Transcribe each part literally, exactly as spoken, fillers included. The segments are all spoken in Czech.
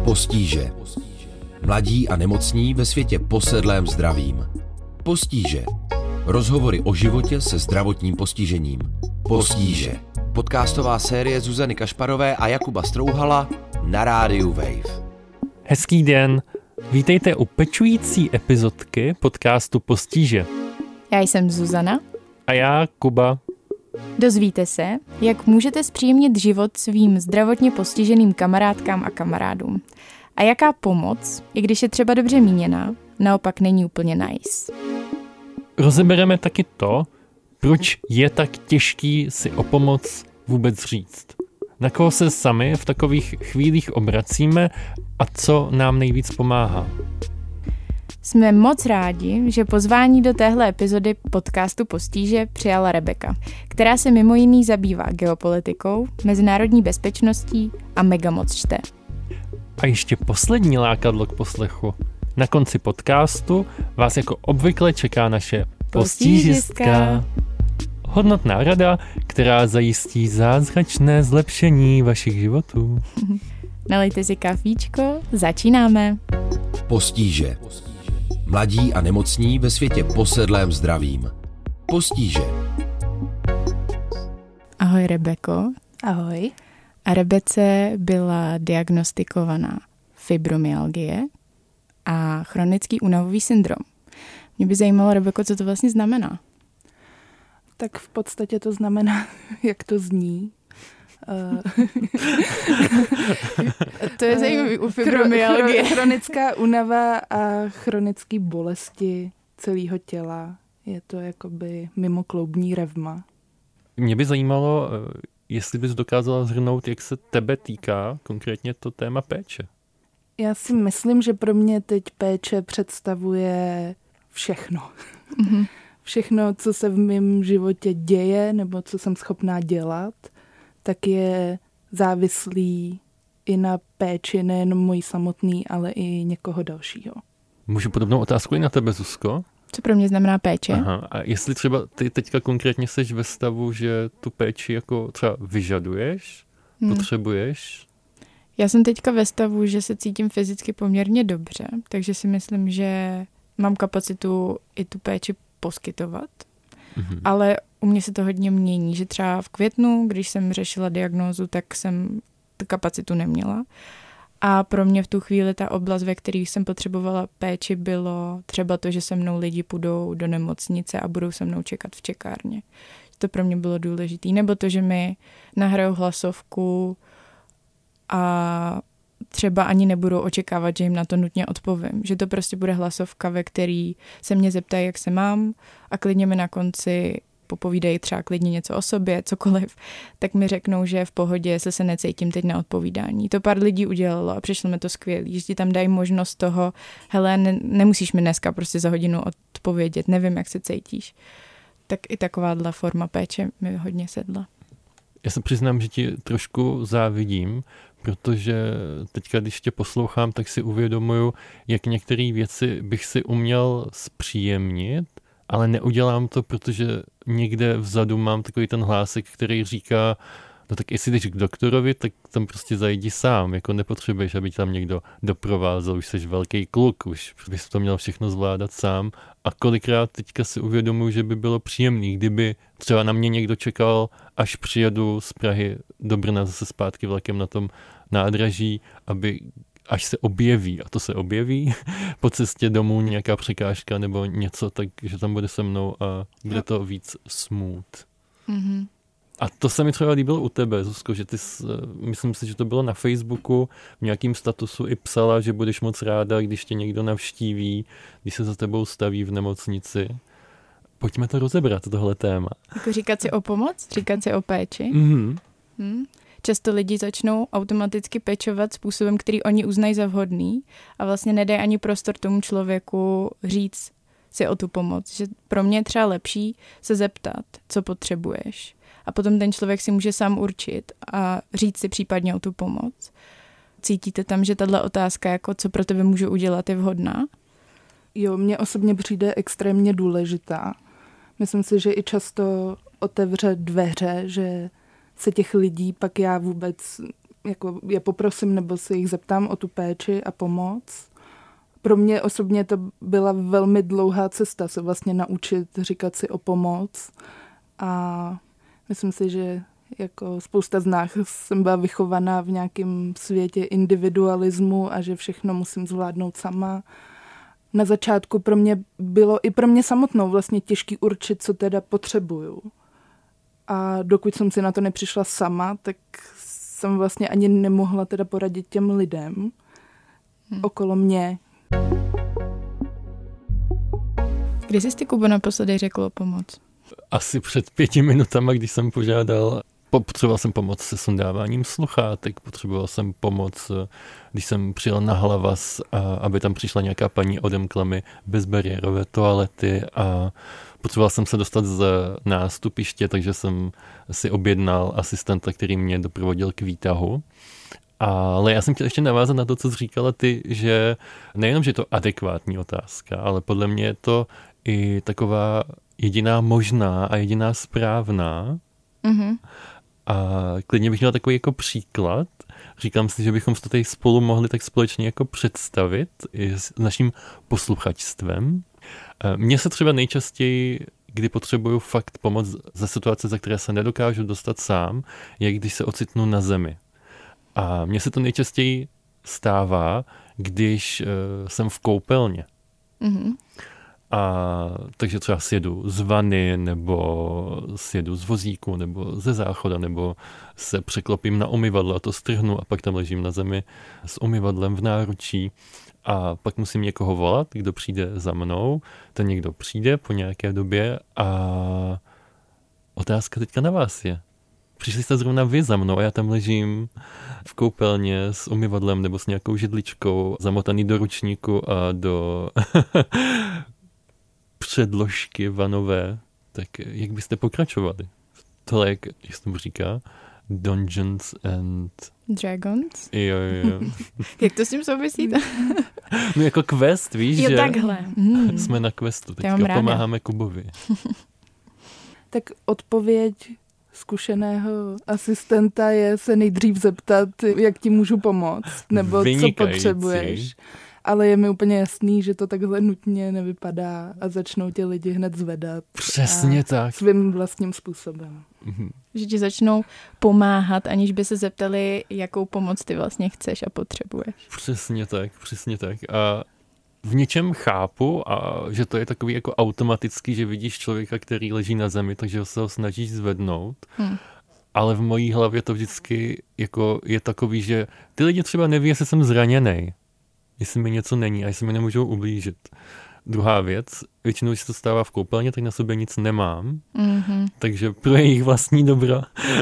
Postíže. Mladí a nemocní ve světě posedlém zdravím. Postíže. Rozhovory o životě se zdravotním postižením. Postíže. Podcastová série Zuzany Kašparové a Jakuba Strouhala na rádiu Wave. Hezký den. Vítejte u pečující epizodky podcastu Postíže. Já jsem Zuzana. A já Kuba. Dozvíte se, jak můžete zpříjemnit život svým zdravotně postiženým kamarádkám a kamarádům. A jaká pomoc, i když je třeba dobře míněná, naopak není úplně nice. Rozebereme taky to, proč je tak těžký si o pomoc vůbec říct. Na koho se sami v takových chvílích obracíme a co nám nejvíc pomáhá. Jsme moc rádi, že pozvání do téhle epizody podcastu Postíže přijala Rebeka, která se mimo jiný zabývá geopolitikou, mezinárodní bezpečností a mega moc čte. A ještě poslední lákadlo k poslechu. Na konci podcastu vás jako obvykle čeká naše postížistka. Hodnotná rada, která zajistí zázračné zlepšení vašich životů. Nalejte si kafíčko, začínáme. Postíže. Mladí a nemocní ve světě posedlém zdravím. Postíže. Ahoj Rebeko. Ahoj. A Rebece byla diagnostikovaná fibromyalgie a chronický únavový syndrom. Mě by zajímalo, Rebeko, co to vlastně znamená. Tak v podstatě to znamená, jak to zní. To je zajímavý u fibromyalgie. Chronická únava a chronické bolesti celého těla. Je to jakoby mimokloubní revma. Mě by zajímalo, jestli bys dokázala shrnout, jak se tebe týká konkrétně to téma péče. Já si myslím, že pro mě teď péče představuje všechno. Mm-hmm. Všechno, co se v mém životě děje, nebo co jsem schopná dělat, tak je závislý i na péči nejen můj samotný, ale i někoho dalšího. Můžu podobnou otázku i na tebe, Zuzko? Co pro mě znamená péče? Aha. A jestli třeba ty teďka konkrétně seš ve stavu, že tu péči jako třeba vyžaduješ, hmm. potřebuješ? Já jsem teďka ve stavu, že se cítím fyzicky poměrně dobře, takže si myslím, že mám kapacitu i tu péči poskytovat. Mm-hmm. Ale u mě se to hodně mění, že třeba v květnu, když jsem řešila diagnózu, tak jsem tu kapacitu neměla. A pro mě v tu chvíli ta oblast, ve které jsem potřebovala péči, bylo třeba to, že se mnou lidi půjdou do nemocnice a budou se mnou čekat v čekárně. To pro mě bylo důležité. Nebo to, že mi nahrajou hlasovku a třeba ani nebudou očekávat, že jim na to nutně odpovím. Že to prostě bude hlasovka, ve který se mě zeptají, jak se mám a klidně mi na konci popovídají třeba klidně něco o sobě, cokoliv, tak mi řeknou, že je v pohodě, jestli se necítím teď na odpovídání. To pár lidí udělalo a přišlo mi to skvělý, že ti tam dají možnost toho, hele, ne, nemusíš mi dneska prostě za hodinu odpovědět, nevím, jak se cítíš. Tak i takováhle forma péče mi hodně sedla. Já se přiznám, že ti trošku závidím, protože teďka, když tě poslouchám, tak si uvědomuju, jak některé věci bych si uměl zpříjemnit, ale neudělám to, protože někde vzadu mám takový ten hlásek, který říká, no tak jestli jdeš k doktorovi, tak tam prostě zajdi sám, jako nepotřebuješ, aby tam někdo doprovázel, už jsi velký kluk, už bys to měl všechno zvládat sám. A kolikrát teďka si uvědomuji, že by bylo příjemný, kdyby třeba na mě někdo čekal, až přijedu z Prahy do Brna zase zpátky vlakem na tom nádraží, aby až se objeví, a to se objeví, po cestě domů nějaká překážka nebo něco, takže tam bude se mnou a bude to víc smooth. Mm-hmm. A to se mi třeba líbilo u tebe, Zuzko, že ty, myslím si, že to bylo na Facebooku, v nějakým statusu i psala, že budeš moc ráda, když tě někdo navštíví, když se za tebou staví v nemocnici. Pojďme to rozebrat, tohle téma. Jako říkat si o pomoc? Říkat si o péči? Mm-hmm. Hmm. Často lidi začnou automaticky pečovat způsobem, který oni uznají za vhodný a vlastně nedají ani prostor tomu člověku říct si o tu pomoc. Že pro mě je třeba lepší se zeptat, co potřebuješ. A potom ten člověk si může sám určit a říct si případně o tu pomoc. Cítíte tam, že tahle otázka, jako co pro tebe můžu udělat, je vhodná? Jo, mně osobně přijde extrémně důležitá. Myslím si, že i často otevře dveře, že se těch lidí pak já vůbec jako je poprosím nebo se jich zeptám o tu péči a pomoc. Pro mě osobně to byla velmi dlouhá cesta se vlastně naučit říkat si o pomoc a myslím si, že jako spousta z nás jsem byla vychovaná v nějakém světě individualismu a že všechno musím zvládnout sama. Na začátku pro mě bylo i pro mě samotnou vlastně těžký určit, co teda potřebuju. A dokud jsem si na to nepřišla sama, tak jsem vlastně ani nemohla teda poradit těm lidem hmm. okolo mě. Kdy jsi ty, Kubo, naposledy řekl o pomoc? Asi před pěti minutama, když jsem požádal, potřeboval jsem pomoc se sundáváním sluchátek, potřeboval jsem pomoc, když jsem přijel na Hlavas, a aby tam přišla nějaká paní, odemkla mi bezbariérové toalety a potřeboval jsem se dostat z nástupiště, takže jsem si objednal asistenta, který mě doprovodil k výtahu. Ale já jsem chtěl ještě navázat na to, co jsi říkala ty, že nejenom, že je to adekvátní otázka, ale podle mě je to i taková jediná možná a jediná správná. Mm-hmm. A klidně bych měla takový jako příklad. Říkám si, že bychom to tady spolu mohli tak společně jako představit i s naším posluchačstvem. Mně se třeba nejčastěji, kdy potřebuju fakt pomoc za situace, za které se nedokážu dostat sám, je když se ocitnu na zemi. A mně se to nejčastěji stává, když uh, jsem v koupelně. Mm-hmm. A takže třeba sjedu z vany, nebo sjedu z vozíku, nebo ze záchoda, nebo se překlopím na umyvadlo a to strhnu a pak tam ležím na zemi s umyvadlem v náručí. A pak musím někoho volat, kdo přijde za mnou. Ten někdo přijde po nějaké době a otázka teďka na vás je. Přišli jste zrovna vy za mnou a já tam ležím v koupelně s umyvadlem nebo s nějakou židličkou, zamotaný do ručníku a do předložky vanové. Tak jak byste pokračovali? Tohle, jak, jak se tomu říká? Dungeons and... Dragons? Jo, jo, jo. Jak to s tím souvisí? No jako quest, víš, jo, že takhle. Mm. Jsme na questu, teďka pomáháme Kubovi. Tak odpověď zkušeného asistenta je se nejdřív zeptat, jak ti můžu pomoct, nebo Vynikající. Co potřebuješ. Ale je mi úplně jasný, že to takhle nutně nevypadá a začnou tě lidi hned zvedat. Přesně tak. Svým vlastním způsobem. Mm-hmm. Že ti začnou pomáhat, aniž by se zeptali, jakou pomoc ty vlastně chceš a potřebuješ. Přesně tak, přesně tak. A v něčem chápu, a že to je takový jako automatický, že vidíš člověka, který leží na zemi, takže se ho snažíš zvednout. Hmm. Ale v mojí hlavě to vždycky jako je takový, že ty lidi třeba neví, jestli jsem zraněnej, jestli mi něco není a jestli mi nemůžou ublížit. Druhá věc, většinou, když se to stává v koupelně, tak na sobě nic nemám, mm-hmm. takže pro jejich vlastní dobro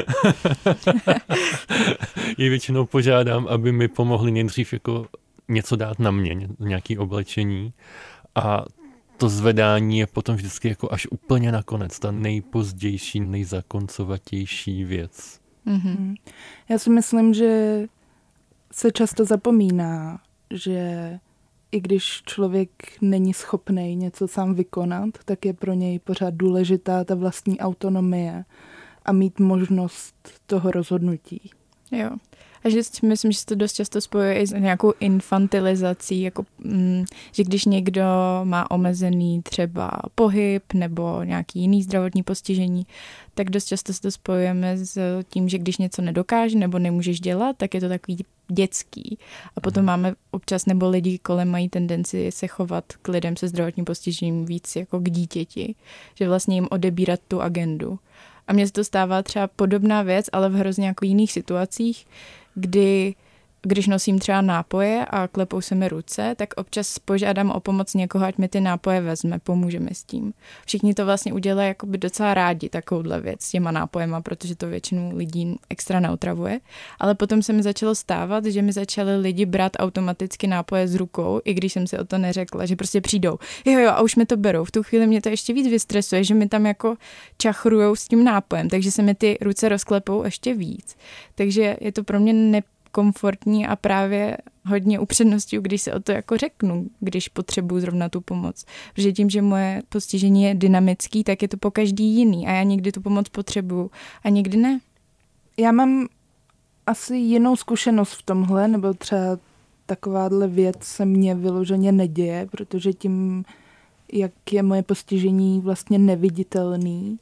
je většinou požádám, aby mi pomohli nejdřív jako něco dát na mě, nějaké oblečení a to zvedání je potom vždycky jako až úplně nakonec, ta nejpozdější, nejzakoncovatější věc. Mm-hmm. Já si myslím, že se často zapomíná, že i když člověk není schopný něco sám vykonat, tak je pro něj pořád důležitá ta vlastní autonomie a mít možnost toho rozhodnutí. Jo. A že myslím, že se to dost často spojuje i s nějakou infantilizací, jako, mm, že když někdo má omezený třeba pohyb nebo nějaký jiný zdravotní postižení, tak dost často se to spojujeme s tím, že když něco nedokáže nebo nemůžeš dělat, tak je to takový dětský. A potom máme občas, nebo lidi kolem mají tendenci se chovat k lidem se zdravotním postižením víc jako k dítěti, že vlastně jim odebírat tu agendu. A mně se to stává třeba podobná věc, ale v hrozně jako jiných situacích, kdy když nosím třeba nápoje a klepou se mi ruce, tak občas požádám o pomoc někoho, ať mi ty nápoje vezme, pomůže mi s tím. Všichni to vlastně udělají jakoby docela rádi, takovouhle věc s těma nápojema, protože to většinu lidí extra neotravuje. Ale potom se mi začalo stávat, že mi začali lidi brát automaticky nápoje z rukou, i když jsem si o to neřekla, že prostě přijdou. Jo, jo, a už mi to berou. V tu chvíli mě to ještě víc vystresuje, že mi tam jako čachrujou s tím nápojem, takže se mi ty ruce rozklepou ještě víc. Takže je to pro mě ne komfortní a právě hodně upřednostňuji, když se o to jako řeknu, když potřebuju zrovna tu pomoc. Protože tím, že moje postižení je dynamický, tak je to po každý jiný a já někdy tu pomoc potřebuju a někdy ne. Já mám asi jinou zkušenost v tomhle, nebo třeba takováhle věc se mně vyloženě neděje, protože tím, jak je moje postižení vlastně neviditelný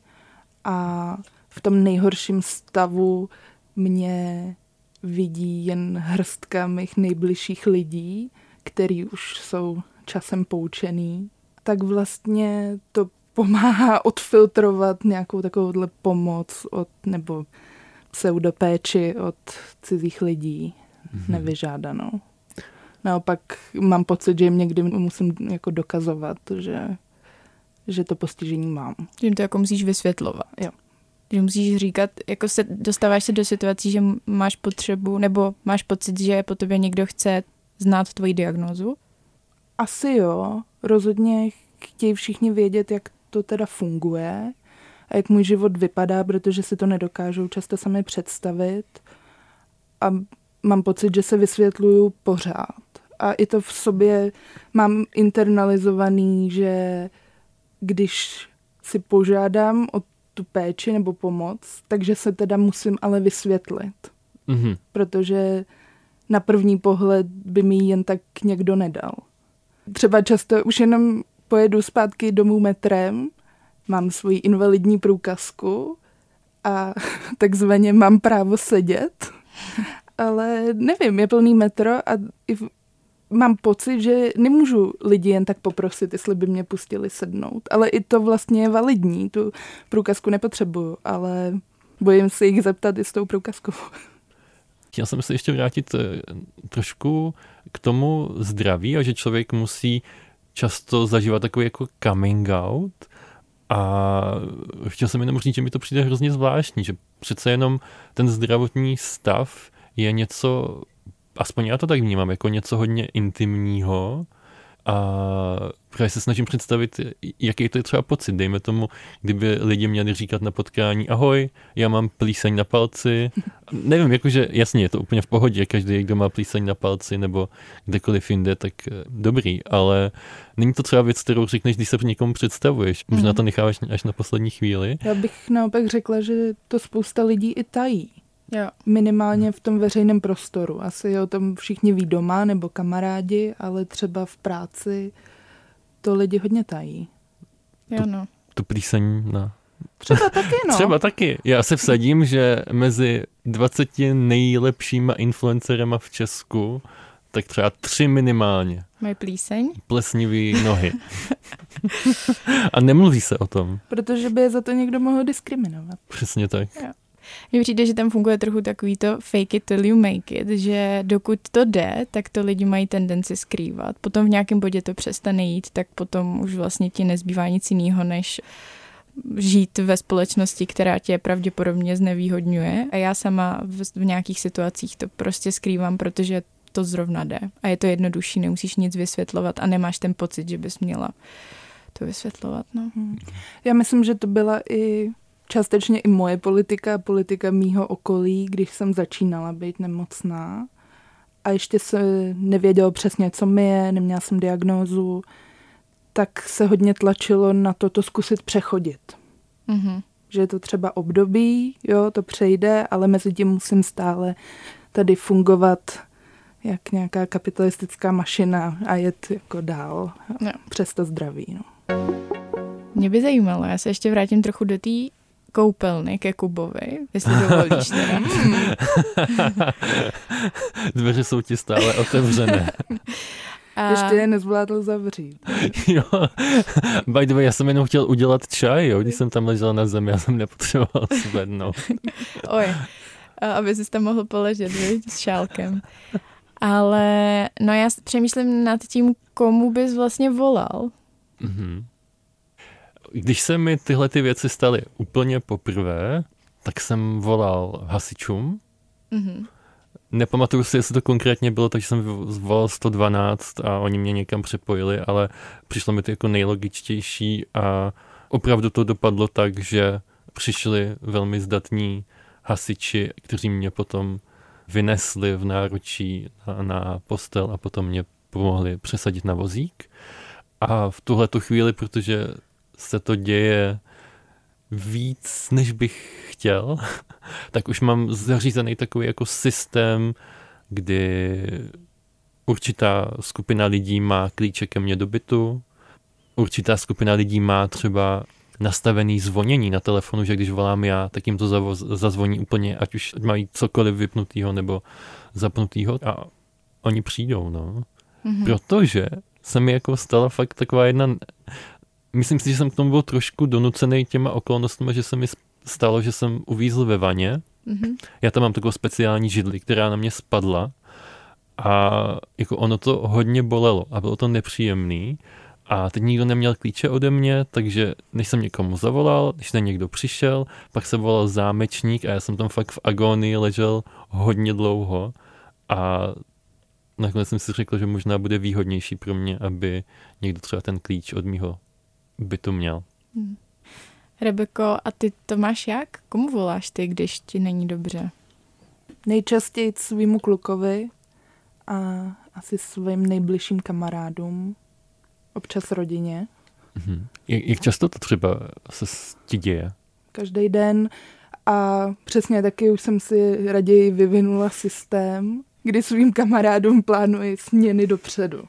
a v tom nejhorším stavu mě vidí jen hrstka mých nejbližších lidí, který už jsou časem poučený, tak vlastně to pomáhá odfiltrovat nějakou takovouhle pomoc od, nebo pseudopéči od cizích lidí mm-hmm. nevyžádanou. Naopak mám pocit, že jim někdy musím jako dokazovat, že, že to postižení mám. Že jim to jako musíš vysvětlovat. Jo. Že musíš říkat, jako se dostáváš se do situací, že máš potřebu, nebo máš pocit, že po tobě někdo chce znát tvoji diagnózu? Asi jo. Rozhodně chtějí všichni vědět, jak to teda funguje a jak můj život vypadá, protože si to nedokážou často sami představit. A mám pocit, že se vysvětluju pořád. A i to v sobě mám internalizovaný, že když si požádám o tu péči nebo pomoc, takže se teda musím ale vysvětlit. Mm-hmm. Protože na první pohled by mi jen tak někdo nedal. Třeba často už jenom pojedu zpátky domů metrem, mám svoji invalidní průkazku a takzvaně mám právo sedět, ale nevím, je plný metro a i v, mám pocit, že nemůžu lidi jen tak poprosit, jestli by mě pustili sednout, ale i to vlastně je validní, tu průkazku nepotřebuju, ale bojím se jich zeptat i s tou průkazkou. Chtěl jsem se ještě vrátit trošku k tomu zdraví a že člověk musí často zažívat takový jako coming out a chtěl jsem jenom říct, že mi to přijde hrozně zvláštní, že přece jenom ten zdravotní stav je něco, aspoň já to tak vnímám, jako něco hodně intimního a právě se snažím představit, jaký to je třeba pocit. Dejme tomu, kdyby lidi měli říkat na potkání ahoj, já mám plíseň na palci. Nevím, jakože jasně, je to úplně v pohodě, každý, kdo má plíseň na palci nebo kdekoliv jinde, tak dobrý, ale není to třeba věc, kterou řekneš, když se někomu představuješ. Možná mm. to necháváš až na poslední chvíli. Já bych naopak řekla, že to spousta lidí i tají. Jo. Minimálně v tom veřejném prostoru. Asi o tom všichni ví doma nebo kamarádi, ale třeba v práci to lidi hodně tají. Jo, no. Tu, tu plíseň na... Třeba taky, no. Třeba taky. Já se vsadím, že mezi dvaceti nejlepšíma influencerema v Česku tak třeba tři minimálně. Mají plíseň? Plesnivý nohy. A nemluví se o tom. Protože by je za to někdo mohl diskriminovat. Přesně tak. Jo. Mně přijde, že tam funguje trochu takový to fake it till you make it, že dokud to jde, tak to lidi mají tendenci skrývat. Potom v nějakém bodě to přestane jít, tak potom už vlastně ti nezbývá nic jiného, než žít ve společnosti, která tě pravděpodobně znevýhodňuje. A já sama v, v nějakých situacích to prostě skrývám, protože to zrovna jde. A je to jednodušší, nemusíš nic vysvětlovat a nemáš ten pocit, že bys měla to vysvětlovat. No. Já myslím, že to byla i částečně i moje politika, politika mýho okolí, když jsem začínala být nemocná a ještě se nevědělo přesně, co mi je, neměla jsem diagnózu, tak se hodně tlačilo na to, to zkusit přechodit. Mm-hmm. Že je to třeba období, jo, to přejde, ale mezi tím musím stále tady fungovat jak nějaká kapitalistická mašina a jet jako dál no. Přes to zdraví. No. Mě by zajímalo, já se ještě vrátím trochu do té koupelny ke Kubovi, jestli dovolíš. Dveře jsou ti stále otevřené. A... Ještě je nezvládl zavřít. Jo, by the way, já jsem jenom chtěl udělat čaj, jo, když jsem tam ležel na zemi, já jsem nepotřeboval zvednout. Oj, aby jsi tam mohl poležet, viď, s šálkem. Ale no já přemýšlím nad tím, komu bys vlastně volal. Mhm. Když se mi tyhle ty věci staly úplně poprvé, tak jsem volal hasičům. Mm-hmm. Nepamatuju si, jestli to konkrétně bylo, takže jsem volal sto dvanáct a oni mě někam přepojili, ale přišlo mi to jako nejlogičtější a opravdu to dopadlo tak, že přišli velmi zdatní hasiči, kteří mě potom vynesli v náručí na, na postel a potom mě pomohli přesadit na vozík. A v tuhletu chvíli, protože se to děje víc, než bych chtěl, tak už mám zařízený takový jako systém, kdy určitá skupina lidí má klíče ke mně do bytu, určitá skupina lidí má třeba nastavený zvonění na telefonu, že když volám já, tak jim to zavo- zazvoní úplně, ať už mají cokoliv vypnutýho nebo zapnutýho a oni přijdou, no. Mm-hmm. Protože se mi jako stala fakt taková jedna, myslím si, že jsem k tomu byl trošku donucený těma okolnostmi, že se mi stalo, že jsem uvízl ve vaně. Mm-hmm. Já tam mám takovou speciální židli, která na mě spadla a jako ono to hodně bolelo a bylo to nepříjemný. A teď nikdo neměl klíče ode mě, takže než jsem někomu zavolal, když ten někdo přišel, pak se volal zámečník a já jsem tam fakt v agónii ležel hodně dlouho a nakonec jsem si řekl, že možná bude výhodnější pro mě, aby někdo třeba ten klíč od mýho bytu měl. Hmm. Rebeko, a ty to máš jak? Komu voláš ty, když ti není dobře? Nejčastěji svýmu klukovi a asi svým nejbližším kamarádům. Občas rodině. Mhm. Jak, jak často to třeba se ti děje? Každý den a přesně taky už jsem si raději vyvinula systém, kdy svým kamarádům plánuji směny dopředu.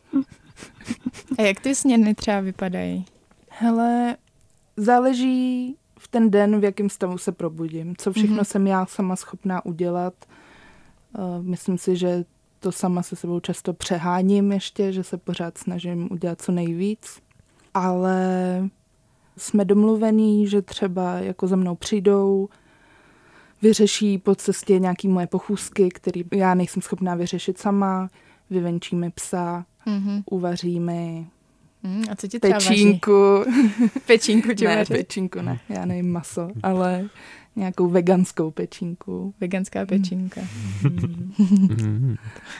A jak ty směny třeba vypadají? Hele, záleží v ten den, v jakém stavu se probudím. Co všechno mm-hmm. jsem já sama schopná udělat. Uh, myslím si, že to sama se sebou často přeháním ještě, že se pořád snažím udělat co nejvíc. Ale jsme domluvení, že třeba jako za mnou přijdou, vyřeší po cestě nějaký moje pochůzky, který já nejsem schopná vyřešit sama, vyvenčíme psa, mm-hmm. uvaří mi mm, a co ti třeba pečínku. Pečínku ti Ne, vaří? pečínku ne, já nevím maso, ale nějakou veganskou pečínku. Veganská pečínka. Mm.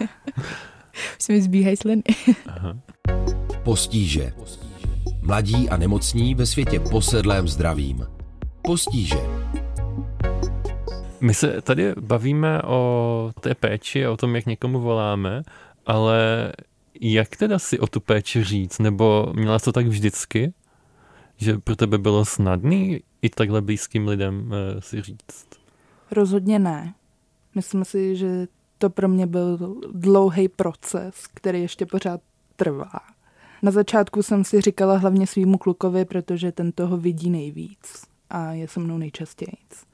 Už se mi zbíhají sliny. Aha. Postíže. Mladí a nemocní ve světě posedlém zdravím. Postíže. My se tady bavíme o té péči a o tom, jak někomu voláme, ale jak teda si o tu péči říct? Nebo měla to tak vždycky, že pro tebe bylo snadný i takhle blízkým lidem uh, si říct? Rozhodně ne. Myslím si, že to pro mě byl dlouhý proces, který ještě pořád trvá. Na začátku jsem si říkala hlavně svýmu klukovi, protože ten toho vidí nejvíc a je se mnou nejčastěji.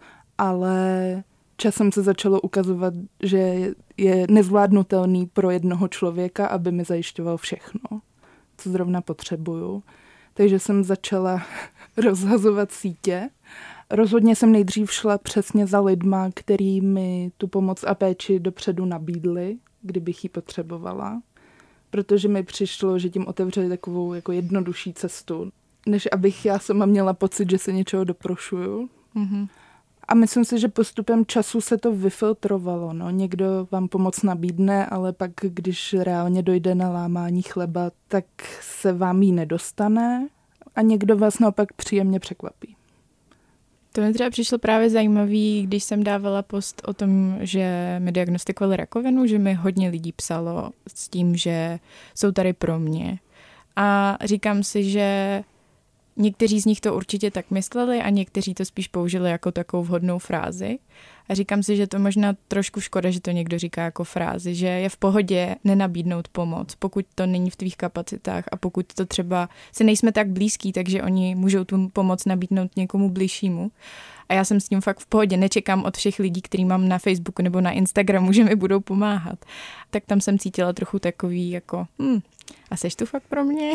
Ale časem se začalo ukazovat, že je nezvládnutelný pro jednoho člověka, aby mi zajišťoval všechno, co zrovna potřebuju. Takže jsem začala rozhazovat sítě. Rozhodně jsem nejdřív šla přesně za lidma, který mi tu pomoc a péči dopředu nabídli, kdybych ji potřebovala. Protože mi přišlo, že tím otevřeli takovou jako jednodušší cestu, než abych já sama měla pocit, že se něčeho doprošuju. Mm-hmm. A myslím si, že postupem času se to vyfiltrovalo. No. Někdo vám pomoc nabídne, ale pak, když reálně dojde na lámání chleba, tak se vám jí nedostane a někdo vás naopak příjemně překvapí. To mi třeba přišlo právě zajímavý, když jsem dávala post o tom, že mi diagnostikovali rakovinu, že mi hodně lidí psalo s tím, že jsou tady pro mě. A říkám si, že někteří z nich to určitě tak mysleli a někteří to spíš použili jako takovou vhodnou frázi. A říkám si, že to možná trošku škoda, že to někdo říká jako frázi, že je v pohodě nenabídnout pomoc, pokud to není v tvých kapacitách a pokud to třeba si nejsme tak blízký, takže oni můžou tu pomoc nabídnout někomu bližšímu. A já jsem s tím fakt v pohodě, nečekám od všech lidí, který mám na Facebooku nebo na Instagramu, že mi budou pomáhat. Tak tam jsem cítila trochu takový jako, hm, a seš tu fakt pro mě?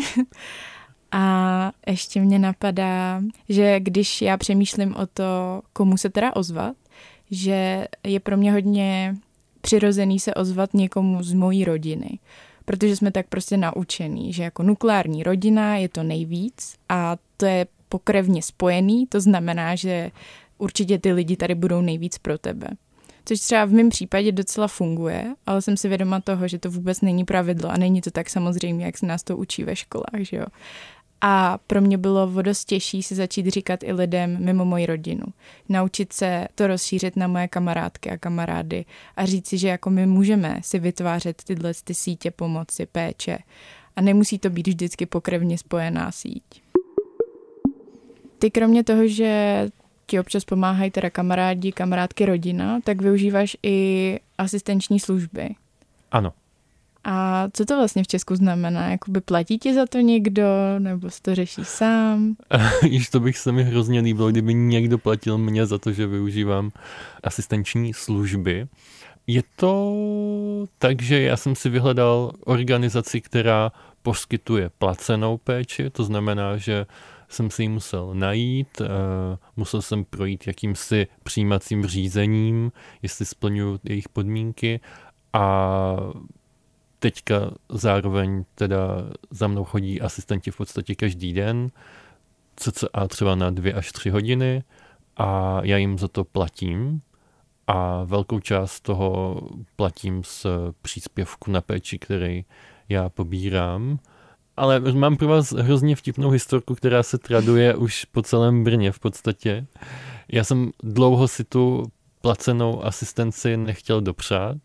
A ještě mě napadá, že když já přemýšlím o to, komu se teda ozvat, že je pro mě hodně přirozený se ozvat někomu z mojí rodiny. Protože jsme tak prostě naučení, že jako nukleární rodina je to nejvíc a to je pokrevně spojený, to znamená, že určitě ty lidi tady budou nejvíc pro tebe. Což třeba v mém případě docela funguje, ale jsem si vědoma toho, že to vůbec není pravidlo a není to tak samozřejmě, jak se nás to učí ve školách, že jo. A pro mě bylo o dost těžší si začít říkat i lidem mimo moji rodinu. Naučit se to rozšířit na moje kamarádky a kamarády a říct si, že jako my můžeme si vytvářet tyhle ty sítě pomoci, péče. A nemusí to být vždycky pokrevně spojená síť. Ty kromě toho, že ti občas pomáhají teda kamarádi, kamarádky, rodina, tak využíváš i asistenční služby. Ano. A co to vlastně v Česku znamená? Jakoby platí ti za to někdo, nebo si to řešíš sám? Již to bych se mi hrozně líbilo, kdyby někdo platil mě za to, že využívám asistenční služby. Je to tak, že já jsem si vyhledal organizaci, která poskytuje placenou péči, to znamená, že jsem si ji musel najít, musel jsem projít jakýmsi přijímacím řízením, jestli splňuji jejich podmínky a teďka zároveň teda za mnou chodí asistenti v podstatě každý den, cca třeba na dvě až tři hodiny a já jim za to platím a velkou část toho platím z příspěvku na péči, který já pobírám. Ale mám pro vás hrozně vtipnou historku, která se traduje už po celém Brně v podstatě. Já jsem dlouho si tu placenou asistenci nechtěl dopřát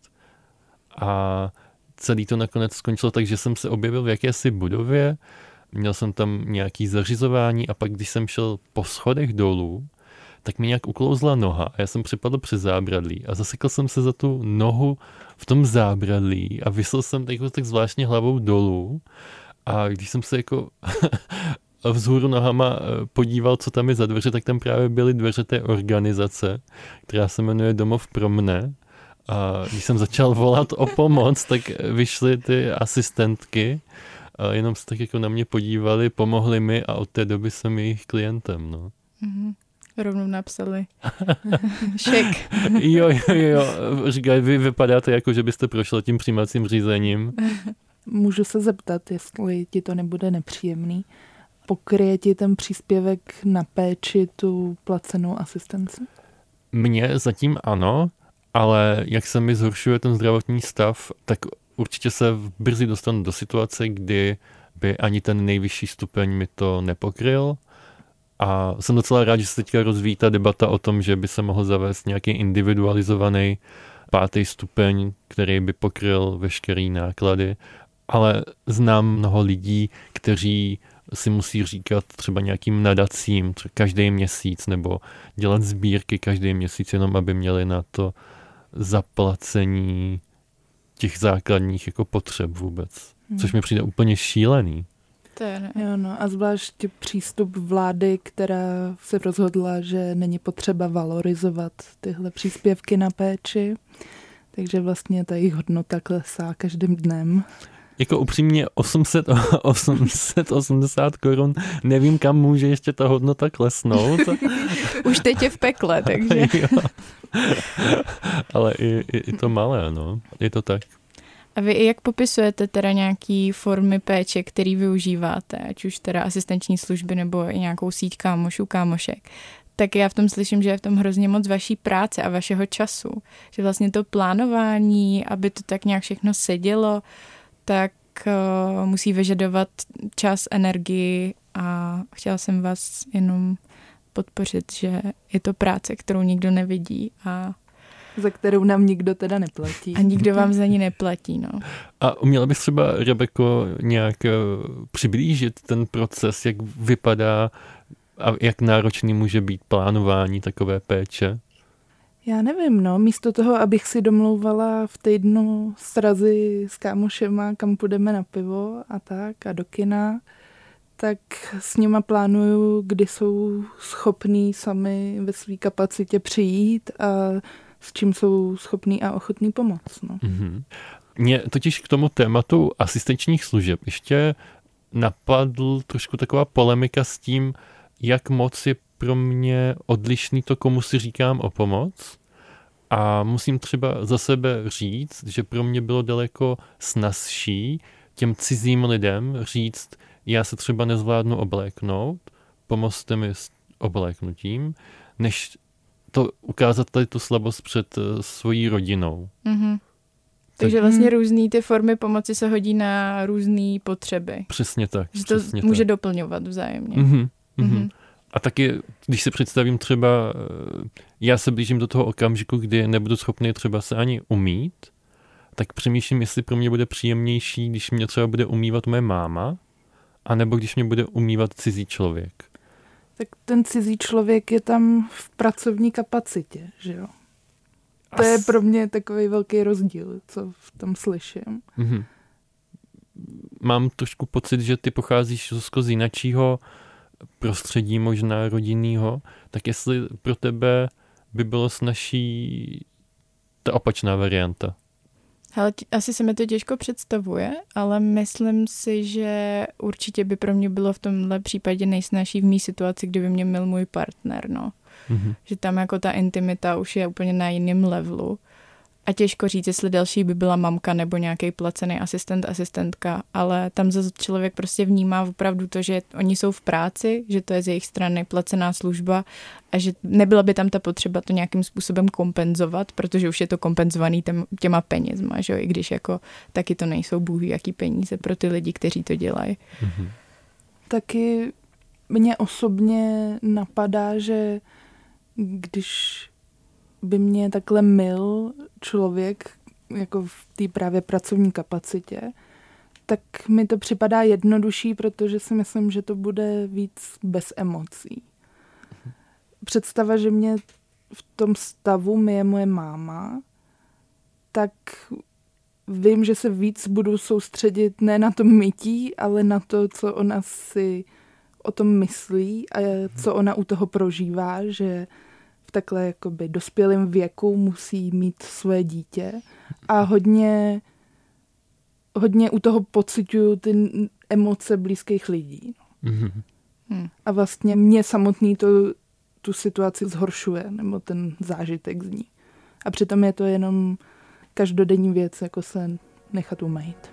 a celý to nakonec skončilo tak, že jsem se objevil v jakési budově, měl jsem tam nějaký zařizování a pak, když jsem šel po schodech dolů, tak mi nějak uklouzla noha a já jsem připadl přes zábradlí a zasekl jsem se za tu nohu v tom zábradlí a visel jsem tak, tak zvláštně hlavou dolů a když jsem se jako vzhůru nohama podíval, co tam je za dveře, tak tam právě byly dveře té organizace, která se jmenuje Domov pro mne. A když jsem začal volat o pomoc, tak vyšly ty asistentky a jenom se tak jako na mě podívali, pomohli mi a od té doby jsem jejich klientem. No. Mm-hmm. Rovnou napsali. Šek. jo, jo, jo. Říkaj, vy vypadáte jako, že byste prošli tím přijímacím řízením. Můžu se zeptat, jestli ti to nebude nepříjemný. Pokryje ti ten příspěvek na péči tu placenou asistenci? Mně zatím ano, ale jak se mi zhoršuje ten zdravotní stav, tak určitě se brzy dostanu do situace, kdy by ani ten nejvyšší stupeň mi to nepokryl. A jsem docela rád, že se teďka rozvíjí ta debata o tom, že by se mohl zavést nějaký individualizovaný pátý stupeň, který by pokryl veškerý náklady. Ale znám mnoho lidí, kteří si musí říkat třeba nějakým nadacím třeba každý měsíc nebo dělat sbírky každý měsíc, jenom aby měli na to zaplacení těch základních jako potřeb vůbec. Hmm. Což mi přijde úplně šílený. To je ne. Jo, no a zvlášť přístup vlády, která se rozhodla, že není potřeba valorizovat tyhle příspěvky na péči, takže vlastně ta jejich hodnota klesá každým dnem. Jako upřímně osm set osmdesát korun, nevím, kam může ještě ta hodnota klesnout. Už teď je v pekle, takže. Ale i, i, i to malé, no. Je to tak. A vy jak popisujete teda nějaký formy péče, který využíváte, ať už teda asistenční služby nebo i nějakou síť kámošů, kámošek, tak já v tom slyším, že je v tom hrozně moc vaší práce a vašeho času. Že vlastně to plánování, aby to tak nějak všechno sedělo, tak uh, musí vyžadovat čas, energii a chtěla jsem vás jenom podpořit, že je to práce, kterou nikdo nevidí a za kterou nám nikdo teda neplatí. A nikdo vám za ní neplatí, no. A uměla bys třeba, Rebeko, nějak přiblížit ten proces, jak vypadá a jak náročný může být plánování takové péče? Já nevím, no. Místo toho, abych si domlouvala v týdnu srazy s kámošema, kam půjdeme na pivo a tak a do kina, tak s nima plánuju, kdy jsou schopní sami ve své kapacitě přijít a s čím jsou schopní a ochotní pomoct. No. Mm-hmm. Mě totiž k tomu tématu asistenčních služeb ještě napadl trošku taková polemika s tím, jak moc je pro mě odlišný to, komu si říkám o pomoc. A musím třeba za sebe říct, že pro mě bylo daleko snazší těm cizím lidem říct, já se třeba nezvládnu obléknout, pomozte mi s obléknutím, než to ukázat tady tu slabost před uh, svojí rodinou. Mm-hmm. Takže vlastně různý ty formy pomoci se hodí na různé potřeby. Přesně tak. Že to přesně může tak. doplňovat vzájemně. Mm-hmm, mm-hmm. A taky, když si představím třeba, já se blížím do toho okamžiku, kdy nebudu schopný třeba se ani umýt, tak přemýšlím, jestli pro mě bude příjemnější, když mě třeba bude umývat moje máma, anebo když mě bude umývat cizí člověk. Tak ten cizí člověk je tam v pracovní kapacitě, že jo? To je pro mě takový velký rozdíl, co v tom slyším. Mm-hmm. Mám trošku pocit, že ty pocházíš z jinačího prostředí, možná rodinného, tak jestli pro tebe by bylo snazší ta opačná varianta. Hele, asi se mi to těžko představuje, ale myslím si, že určitě by pro mě bylo v tomhle případě nejsnažší v mý situaci, kdyby mě měl můj partner, no. Mm-hmm. Že tam jako ta intimita už je úplně na jiném levelu. A těžko říct, jestli další by byla mamka nebo nějaký placený asistent, asistentka, ale tam zase člověk prostě vnímá opravdu to, že oni jsou v práci, že to je z jejich strany placená služba a že nebyla by tam ta potřeba to nějakým způsobem kompenzovat, protože už je to kompenzovaný těma penězma, že jo, i když jako taky to nejsou bůh jaký peníze pro ty lidi, kteří to dělají. Mm-hmm. Taky mě osobně napadá, že když by mě takhle mil člověk jako v té právě pracovní kapacitě, tak mi to připadá jednodušší, protože si myslím, že to bude víc bez emocí. Představa, že mě v tom stavu mi je moje máma, tak vím, že se víc budu soustředit ne na to mytí, ale na to, co ona si o tom myslí a co ona u toho prožívá, že v takhle jakoby dospělém věku musí mít svoje dítě a hodně, hodně u toho pociťuju ty emoce blízkých lidí. Mm-hmm. Hmm. A vlastně mě samotný to tu situaci zhoršuje, nebo ten zážitek z ní. A přitom je to jenom každodenní věc, jako se nechat umýt.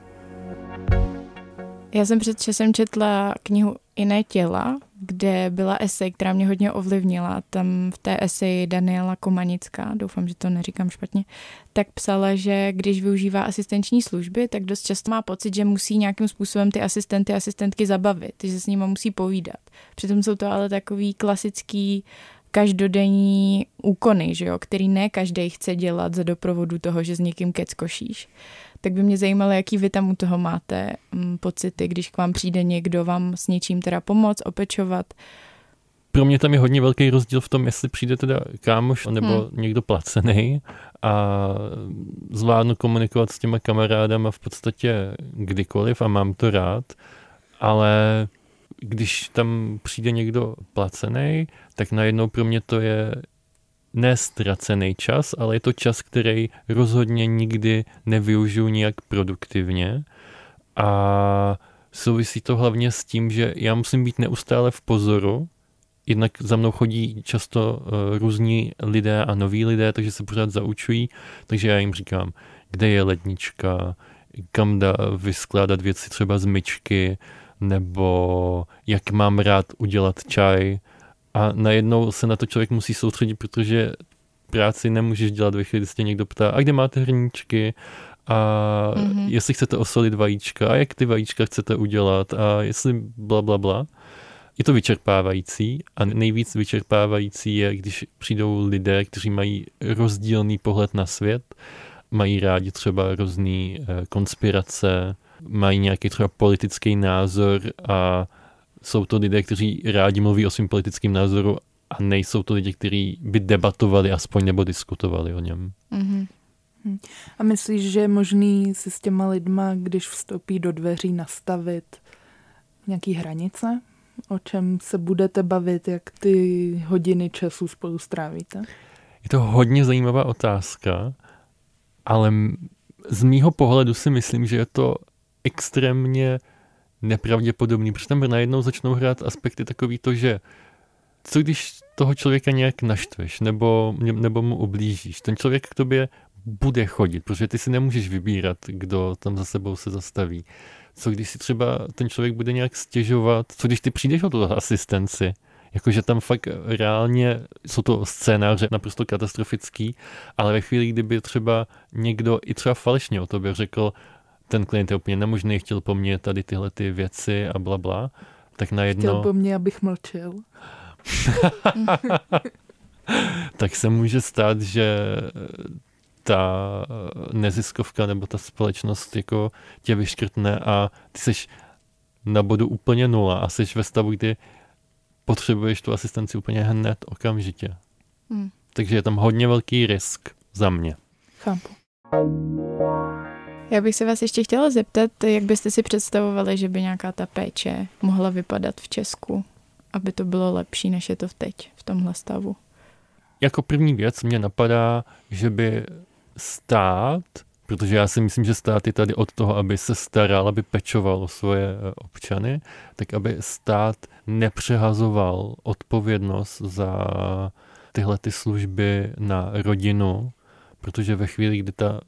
Já jsem před časem četla knihu Jiné těla, kde byla esej, která mě hodně ovlivnila. Tam v té eseji Daniela Komanická, doufám, že to neříkám špatně, tak psala, že když využívá asistenční služby, tak dost často má pocit, že musí nějakým způsobem ty asistenty a asistentky zabavit, že s nimi musí povídat. Přitom jsou to ale takový klasický každodenní úkony, že jo, který ne každý chce dělat za doprovodu toho, že s někým keckošíš. Tak by mě zajímalo, jaký vy tam u toho máte m, pocity, když k vám přijde někdo vám s něčím teda pomoct, opečovat. Pro mě tam je hodně velký rozdíl v tom, jestli přijde teda kámoš nebo hmm. někdo placený a zvládnu komunikovat s těma kamarádama v podstatě kdykoliv a mám to rád, ale když tam přijde někdo placený, tak najednou pro mě to je ne ztracený čas, ale je to čas, který rozhodně nikdy nevyužiju nijak produktivně a souvisí to hlavně s tím, že já musím být neustále v pozoru, jednak za mnou chodí často uh, různí lidé a noví lidé, takže se pořád zaučují, takže já jim říkám, kde je lednička, kam dá vyskládat věci třeba z myčky, nebo jak mám rád udělat čaj. A najednou se na to člověk musí soustředit, protože práci nemůžeš dělat ve chvíli, kdy se tě někdo ptá, a kde máte hrníčky, a mm-hmm. jestli chcete osolit vajíčka, a jak ty vajíčka chcete udělat, a jestli bla, bla, bla. Je to vyčerpávající a nejvíc vyčerpávající je, když přijdou lidé, kteří mají rozdílný pohled na svět, mají rádi třeba různý konspirace, mají nějaký třeba politický názor a jsou to lidé, kteří rádi mluví o svém politickém názoru a nejsou to lidi, kteří by debatovali aspoň nebo diskutovali o něm. Mm-hmm. A myslíš, že je možný si s těma lidma, když vstoupí do dveří, nastavit nějaký hranice? O čem se budete bavit, jak ty hodiny času spolu strávíte? Je to hodně zajímavá otázka, ale z mýho pohledu si myslím, že je to extrémně nepravděpodobný, protože tam najednou začnou hrát aspekty takový to, že co když toho člověka nějak naštveš nebo, nebo mu ublížíš. Ten člověk k tobě bude chodit, protože ty si nemůžeš vybírat, kdo tam za sebou se zastaví. Co když si třeba ten člověk bude nějak stěžovat, co když ty přijdeš o tu asistenci, jakože tam fakt reálně jsou to scénáře naprosto katastrofický, ale ve chvíli, kdyby třeba někdo i třeba falešně o tobě řekl, ten klient je úplně nemožný, chtěl po mně tady tyhle ty věci a bla, bla, tak najednou... Chtěl po mně, abych mlčel. Tak se může stát, že ta neziskovka nebo ta společnost jako tě vyškrtne a ty seš na bodu úplně nula a seš ve stavu, kdy potřebuješ tu asistenci úplně hned, okamžitě. Hmm. Takže je tam hodně velký risk za mě. Chápu. Já bych se vás ještě chtěla zeptat, jak byste si představovali, že by nějaká ta péče mohla vypadat v Česku, aby to bylo lepší, než je to teď, v tomhle stavu. Jako první věc mě napadá, že by stát, protože já si myslím, že stát je tady od toho, aby se staral, aby pečoval o svoje občany, tak aby stát nepřehazoval odpovědnost za tyhle ty služby na rodinu, protože ve chvíli, kdy ta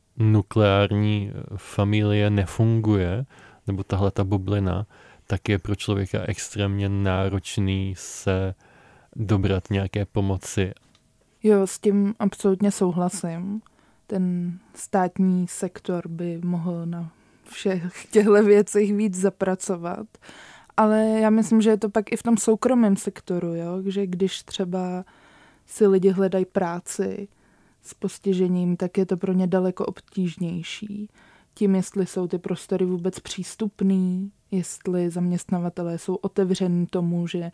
nukleární familie nefunguje, nebo tahle ta bublina, tak je pro člověka extrémně náročný se dobrat nějaké pomoci. Jo, s tím absolutně souhlasím. Ten státní sektor by mohl na všech těchto věcech víc zapracovat. Ale já myslím, že je to pak i v tom soukromém sektoru, jo? Že když třeba si lidi hledají práci s postižením, tak je to pro ně daleko obtížnější. Tím, jestli jsou ty prostory vůbec přístupný, jestli zaměstnavatelé jsou otevření tomu, že,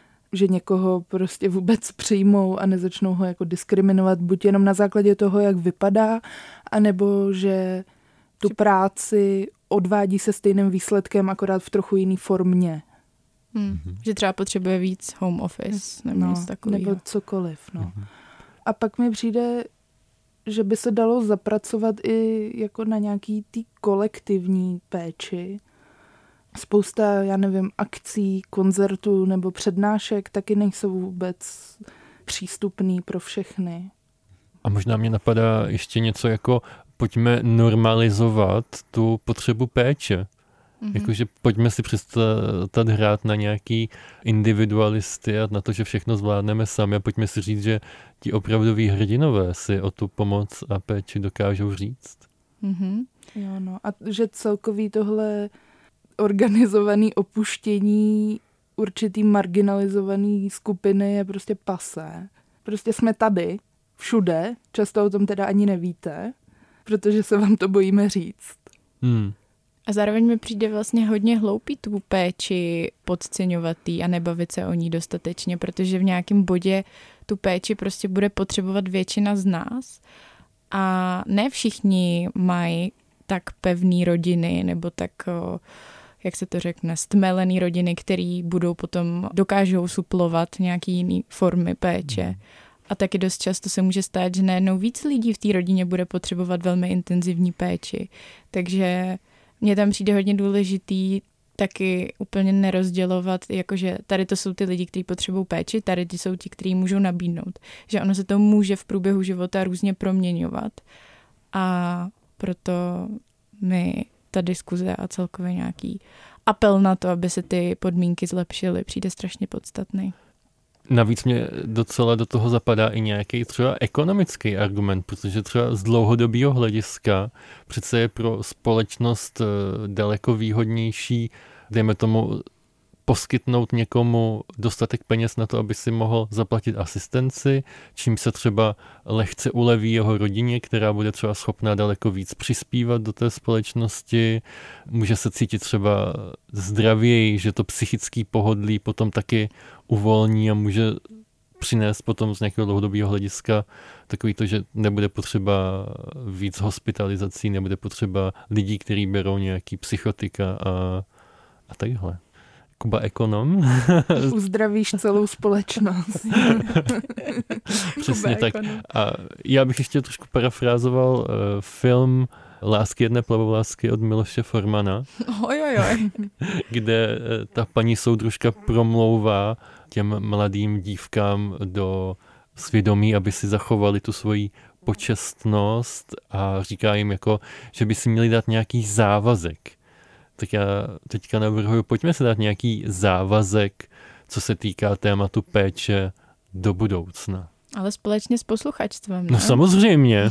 že někoho prostě vůbec přijmou a nezačnou ho jako diskriminovat, buď jenom na základě toho, jak vypadá, anebo že tu práci odvádí se stejným výsledkem, akorát v trochu jiný formě. Hmm. Mm-hmm. Že třeba potřebuje víc home office nebo no, něco takového. Nebo cokoliv, no. Mm-hmm. A pak mi přijde, že by se dalo zapracovat i jako na nějaký tý kolektivní péči. Spousta, já nevím, akcí, koncertů nebo přednášek taky nejsou vůbec přístupný pro všechny. A možná mě napadá ještě něco jako pojďme normalizovat tu potřebu péče. Mm-hmm. Jakože pojďme si přestat hrát na nějaký individualisty a na to, že všechno zvládneme sami a pojďme si říct, že ti opravdoví hrdinové si o tu pomoc a péči dokážou říct. Mm-hmm. Jo, no. A že celkový tohle organizovaný opuštění určitý marginalizovaný skupiny je prostě pasé. Prostě jsme tady, všude, často o tom teda ani nevíte, protože se vám to bojíme říct. Hmm. A zároveň mi přijde vlastně hodně hloupý tu péči podceňovatý a nebavit se o ní dostatečně, protože v nějakém bodě tu péči prostě bude potřebovat většina z nás a ne všichni mají tak pevný rodiny nebo tak, jak se to řekne, stmelený rodiny, který budou potom, dokážou suplovat nějaký jiný formy péče. A taky dost často se může stát, že najednou víc lidí v té rodině bude potřebovat velmi intenzivní péči. Takže mně tam přijde hodně důležitý taky úplně nerozdělovat, jakože tady to jsou ty lidi, kteří potřebují péči, tady ty jsou ti, kteří můžou nabídnout. Že ono se to může v průběhu života různě proměňovat. A proto mi ta diskuze a celkově nějaký apel na to, aby se ty podmínky zlepšily, přijde strašně podstatný. Navíc mě docela do toho zapadá i nějaký třeba ekonomický argument, protože třeba z dlouhodobého hlediska přece je pro společnost daleko výhodnější, dejme tomu, poskytnout někomu dostatek peněz na to, aby si mohl zaplatit asistenci, čím se třeba lehce uleví jeho rodině, která bude třeba schopná daleko víc přispívat do té společnosti. Může se cítit třeba zdravěji, že to psychické pohodlí potom taky uvolní a může přinést potom z nějakého dlouhodobého hlediska takový to, že nebude potřeba víc hospitalizací, nebude potřeba lidí, kteří berou nějaký psychotika a, a takhle. Kuba ekonom. Uzdravíš celou společnost. Přesně tak. A já bych ještě trošku parafrázoval uh, film Lásky jedné plavovlásky od Miloše Formana, oj, oj, oj. kde uh, ta paní soudružka promlouvá těm mladým dívkám do svědomí, aby si zachovali tu svoji počestnost a říká jim, jako, že by si měli dát nějaký závazek. Tak já teďka navrhuji, pojďme si dát nějaký závazek, co se týká tématu péče do budoucna. Ale společně s posluchačstvem, ne? No samozřejmě.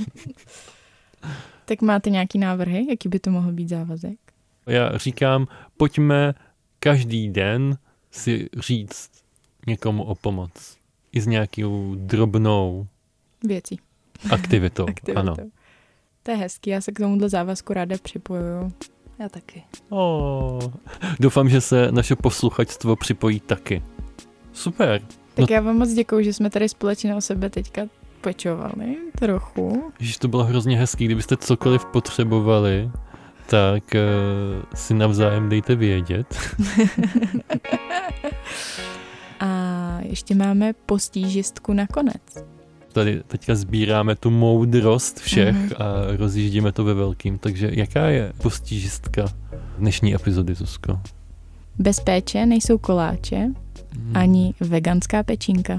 Tak máte nějaký návrhy, jaký by to mohl být závazek? Já říkám, pojďme každý den si říct někomu o pomoc. I s nějakou drobnou věcí. Aktivitou. Aktivitou. Ano. To je hezký, já se k tomuhle závazku ráda připojuju. Já taky. Oh. Doufám, že se naše posluchačstvo připojí taky. Super. Tak no. Já vám moc děkuju, že jsme tady společně o sebe teďka pečovali trochu. Že to bylo hrozně hezký, kdybyste cokoliv potřebovali, tak uh, si navzájem dejte vědět. A ještě máme postížistku nakonec. Tady teďka sbíráme tu moudrost všech mm-hmm. a rozjíždíme to ve velkým. Takže jaká je postížistka dnešní epizody, Zuzko? Bez péče nejsou koláče, hmm. ani veganská pečínka.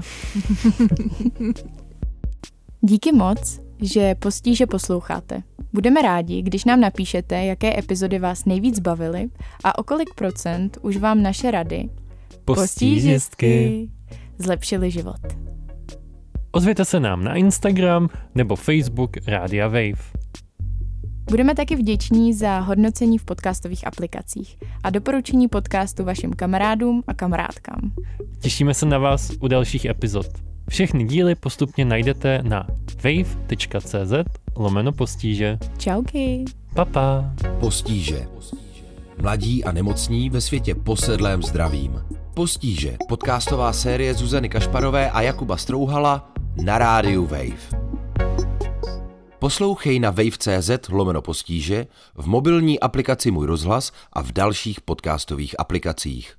Díky moc, že Postíže posloucháte. Budeme rádi, když nám napíšete, jaké epizody vás nejvíc bavily a o kolik procent už vám naše rady postížistky zlepšily život. Ozvěte se nám na Instagram nebo Facebook Rádia Wave. Budeme taky vděční za hodnocení v podcastových aplikacích a doporučení podcastu vašim kamarádům a kamarádkám. Těšíme se na vás u dalších epizod. Všechny díly postupně najdete na wave.cz lomeno postíže. Čauky. Papa. Postíže. Mladí a nemocní ve světě posedlém zdravím. Postíže. Podcastová série Zuzany Kašparové a Jakuba Strouhala na rádiu Wave. Poslouchej na wave.cz lomeno postíže, v mobilní aplikaci Můj rozhlas a v dalších podcastových aplikacích.